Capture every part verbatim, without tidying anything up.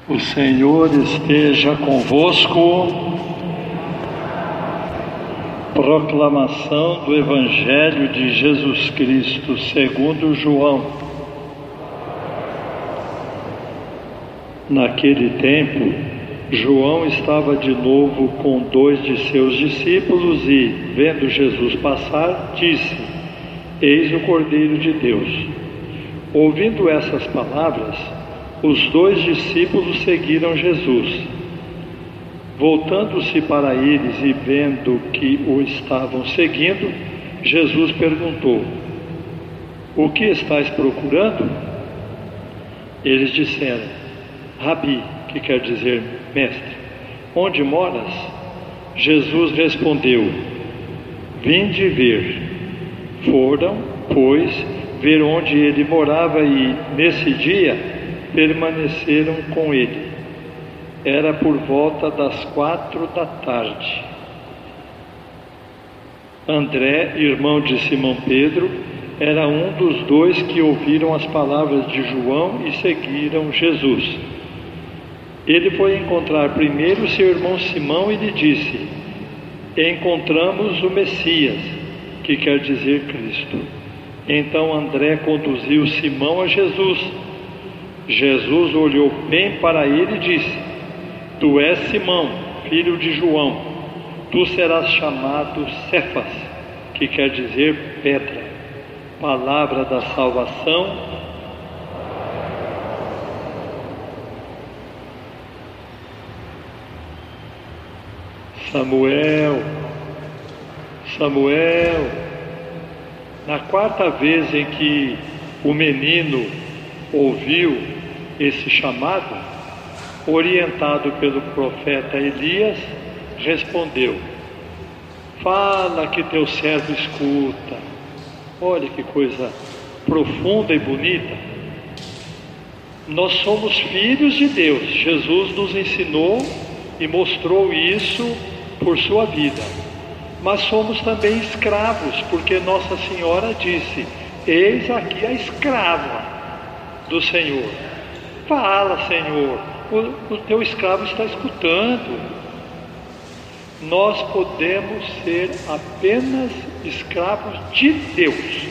O Senhor esteja convosco. Proclamação do Evangelho de Jesus Cristo segundo João. Naquele tempo, João estava de novo com dois de seus discípulos e, vendo Jesus passar, disse: Eis o Cordeiro de Deus. Ouvindo essas palavras, os dois discípulos seguiram Jesus. Voltando-se para eles e vendo que o estavam seguindo, Jesus perguntou: O que estáis procurando? Eles disseram: Rabi, que quer dizer mestre, onde moras? Jesus respondeu: Vinde ver. Foram, pois, ver onde ele morava e, nesse dia, permaneceram com ele. Era por volta das quatro da tarde. André, irmão de Simão Pedro, era um dos dois que ouviram as palavras de João e seguiram Jesus. Ele foi encontrar primeiro seu irmão Simão e lhe disse: Encontramos o Messias, que quer dizer Cristo. Então André conduziu Simão a Jesus. Jesus olhou bem para ele e disse: Tu és Simão, filho de João. Tu serás chamado Cefas, que quer dizer pedra. Palavra da salvação. Samuel, Samuel. Na quarta vez em que o menino ouviu esse chamado, orientado pelo profeta Elias, respondeu: Fala que teu servo escuta. Olha que coisa profunda e bonita. Nós somos filhos de Deus. Jesus nos ensinou e mostrou isso por sua vida. Mas somos também escravos, porque Nossa Senhora disse: Eis aqui a escrava do Senhor. Fala, Senhor, o, o teu escravo está escutando. Nós podemos ser apenas escravos de Deus.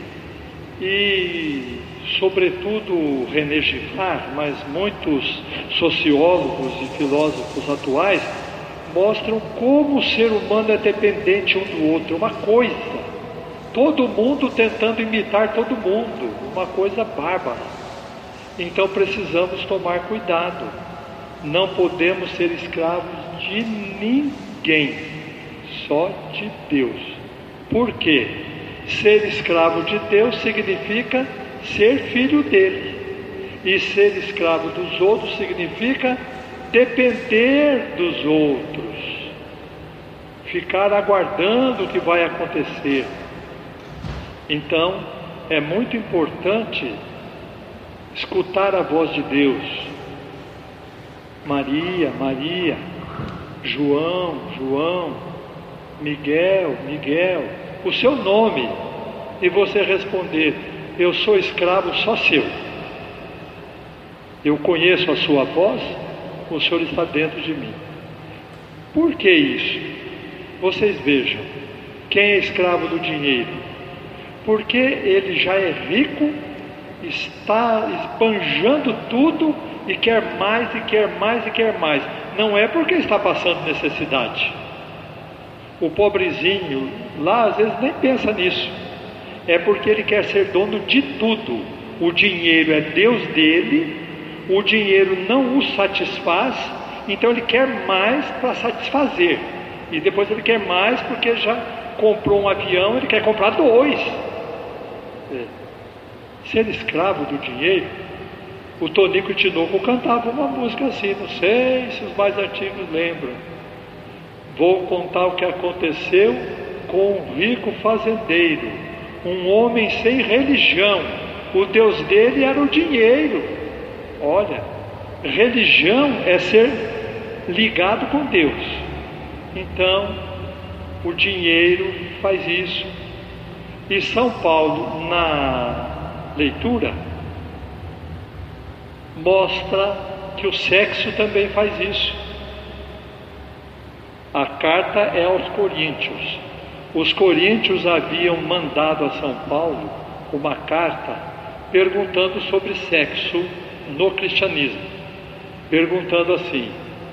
E, sobretudo, René Girard, mas muitos sociólogos e filósofos atuais mostram como o ser humano é dependente um do outro. Uma coisa, todo mundo tentando imitar todo mundo, uma coisa bárbara. Então precisamos tomar cuidado. Não podemos ser escravos de ninguém, só de Deus. Por quê? Ser escravo de Deus significa ser filho dele. E ser escravo dos outros significa depender dos outros, ficar aguardando o que vai acontecer. Então, é muito importante escutar a voz de Deus. Maria, Maria, João, João, Miguel, Miguel, o seu nome, e você responder: eu sou escravo só seu. Eu conheço a sua voz, o Senhor está dentro de mim. Por que isso? Vocês vejam, quem é escravo do dinheiro? Porque ele já é rico, está esbanjando tudo e quer mais, e quer mais, e quer mais. Não é porque está passando necessidade. O pobrezinho lá às vezes nem pensa nisso. É porque ele quer ser dono de tudo. O dinheiro é Deus dele, o dinheiro não o satisfaz, então ele quer mais para satisfazer. E depois ele quer mais porque já comprou um avião, ele quer comprar dois. É. Ser escravo do dinheiro. O Tonico Tinoco cantava uma música assim, não sei se os mais antigos lembram. Vou contar o que aconteceu com um rico fazendeiro, um homem sem religião. O Deus dele era o dinheiro. Olha, religião é ser ligado com Deus. Então, o dinheiro faz isso. E São Paulo, na leitura, mostra que o sexo também faz isso. A carta é aos Coríntios. Os coríntios haviam mandado a São Paulo uma carta perguntando sobre sexo no cristianismo. Perguntando assim: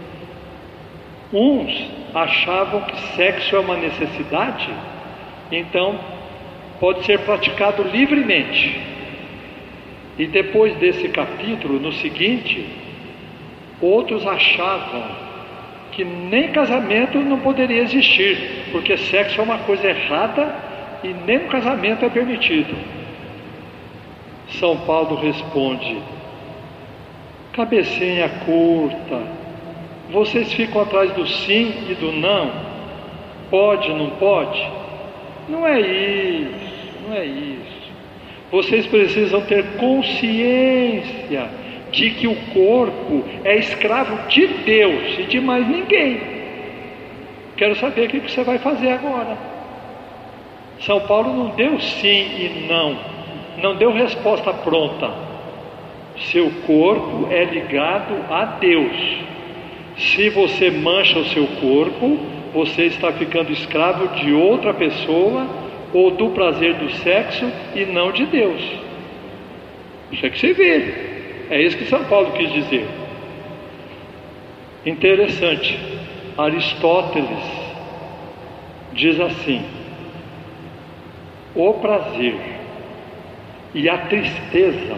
uns achavam que sexo é uma necessidade, então pode ser praticado livremente. E depois desse capítulo, no seguinte, outros achavam que nem casamento não poderia existir, porque sexo é uma coisa errada e nem o casamento é permitido. São Paulo responde: cabecinha curta, vocês ficam atrás do sim e do não, pode, não pode? Não é isso, não é isso. Vocês precisam ter consciência de que o corpo é escravo de Deus e de mais ninguém. Quero saber o que você vai fazer agora. São Paulo não deu sim e não, não deu resposta pronta. Seu corpo é ligado a Deus. Se você mancha o seu corpo, você está ficando escravo de outra pessoa ou do prazer do sexo e não de Deus. Isso é que se vê. É isso que São Paulo quis dizer. Interessante, Aristóteles diz assim: o prazer e a tristeza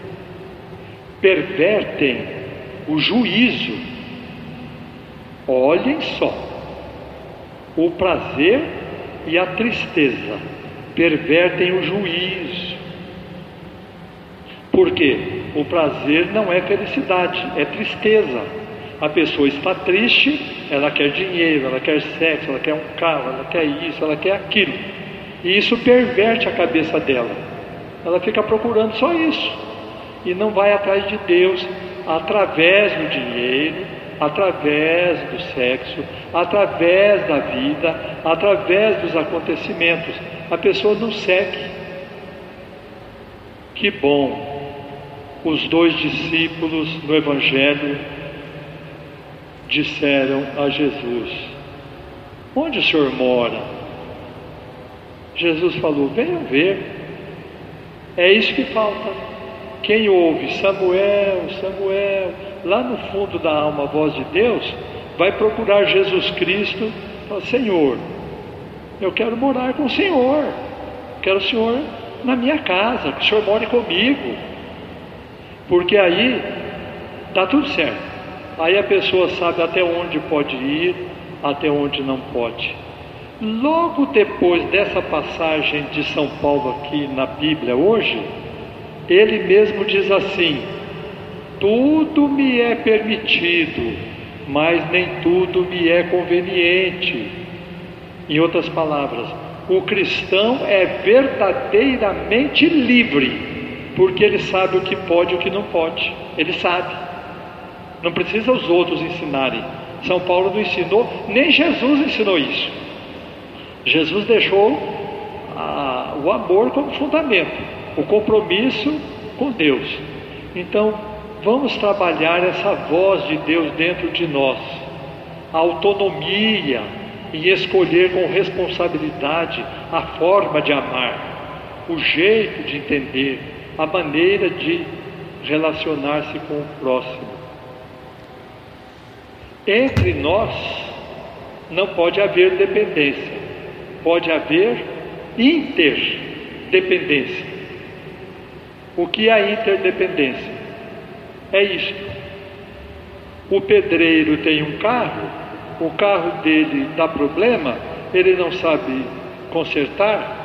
pervertem o juízo. Olhem só, o prazer e a tristeza pervertem o juízo. Por quê? O prazer não é felicidade, é tristeza. A pessoa está triste, ela quer dinheiro, ela quer sexo, ela quer um carro, ela quer isso, ela quer aquilo. E isso perverte a cabeça dela. Ela fica procurando só isso. E não vai atrás de Deus através do dinheiro, através do sexo, através da vida, através dos acontecimentos. A pessoa não segue. Que bom! Os dois discípulos no Evangelho disseram a Jesus: onde o Senhor mora? Jesus falou: venham ver. É isso que falta. Quem ouve Samuel, Samuel, lá no fundo da alma, a voz de Deus, vai procurar Jesus Cristo e fala: Senhor, eu quero morar com o Senhor, quero o Senhor na minha casa, que o Senhor more comigo. Porque aí dá tudo certo. Aí a pessoa sabe até onde pode ir, até onde não pode. Logo depois dessa passagem de São Paulo aqui na Bíblia hoje, ele mesmo diz assim: tudo me é permitido, mas nem tudo me é conveniente. Em outras palavras, o cristão é verdadeiramente livre, porque ele sabe o que pode e o que não pode. Ele sabe. Não precisa os outros ensinarem. São Paulo não ensinou, nem Jesus ensinou isso. Jesus deixou a, o amor como fundamento, o compromisso com Deus. Então, vamos trabalhar essa voz de Deus dentro de nós, a autonomia em escolher com responsabilidade a forma de amar, o jeito de entender, a maneira de relacionar-se com o próximo. Entre nós não pode haver dependência, pode haver interdependência. O que é a interdependência? É isto: o pedreiro tem um carro, o carro dele dá problema, ele não sabe consertar.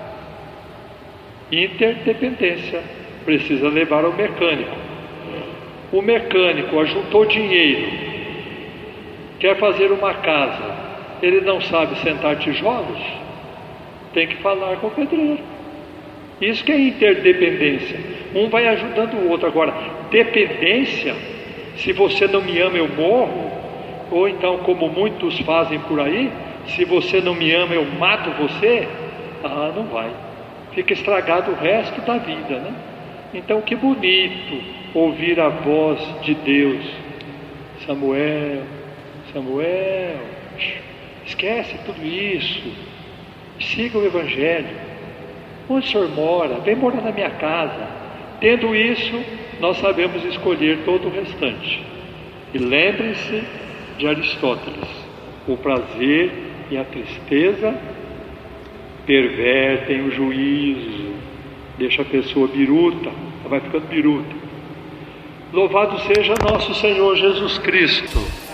Interdependência, precisa levar ao mecânico. O mecânico ajuntou dinheiro, quer fazer uma casa, ele não sabe sentar tijolos, tem que falar com o pedreiro. Isso que é interdependência, um vai ajudando o outro. Agora, dependência, se você não me ama eu morro, ou então como muitos fazem por aí, se você não me ama eu mato você, ah, não vai. Fica estragado o resto da vida, né? Então, que bonito ouvir a voz de Deus. Samuel, Samuel, esquece tudo isso, siga o Evangelho. Onde o senhor mora? Vem morar na minha casa. Tendo isso, nós sabemos escolher todo o restante. E lembrem-se de Aristóteles: o prazer e a tristeza pervertem o juízo, deixa a pessoa biruta, ela vai ficando biruta. Louvado seja nosso Senhor Jesus Cristo.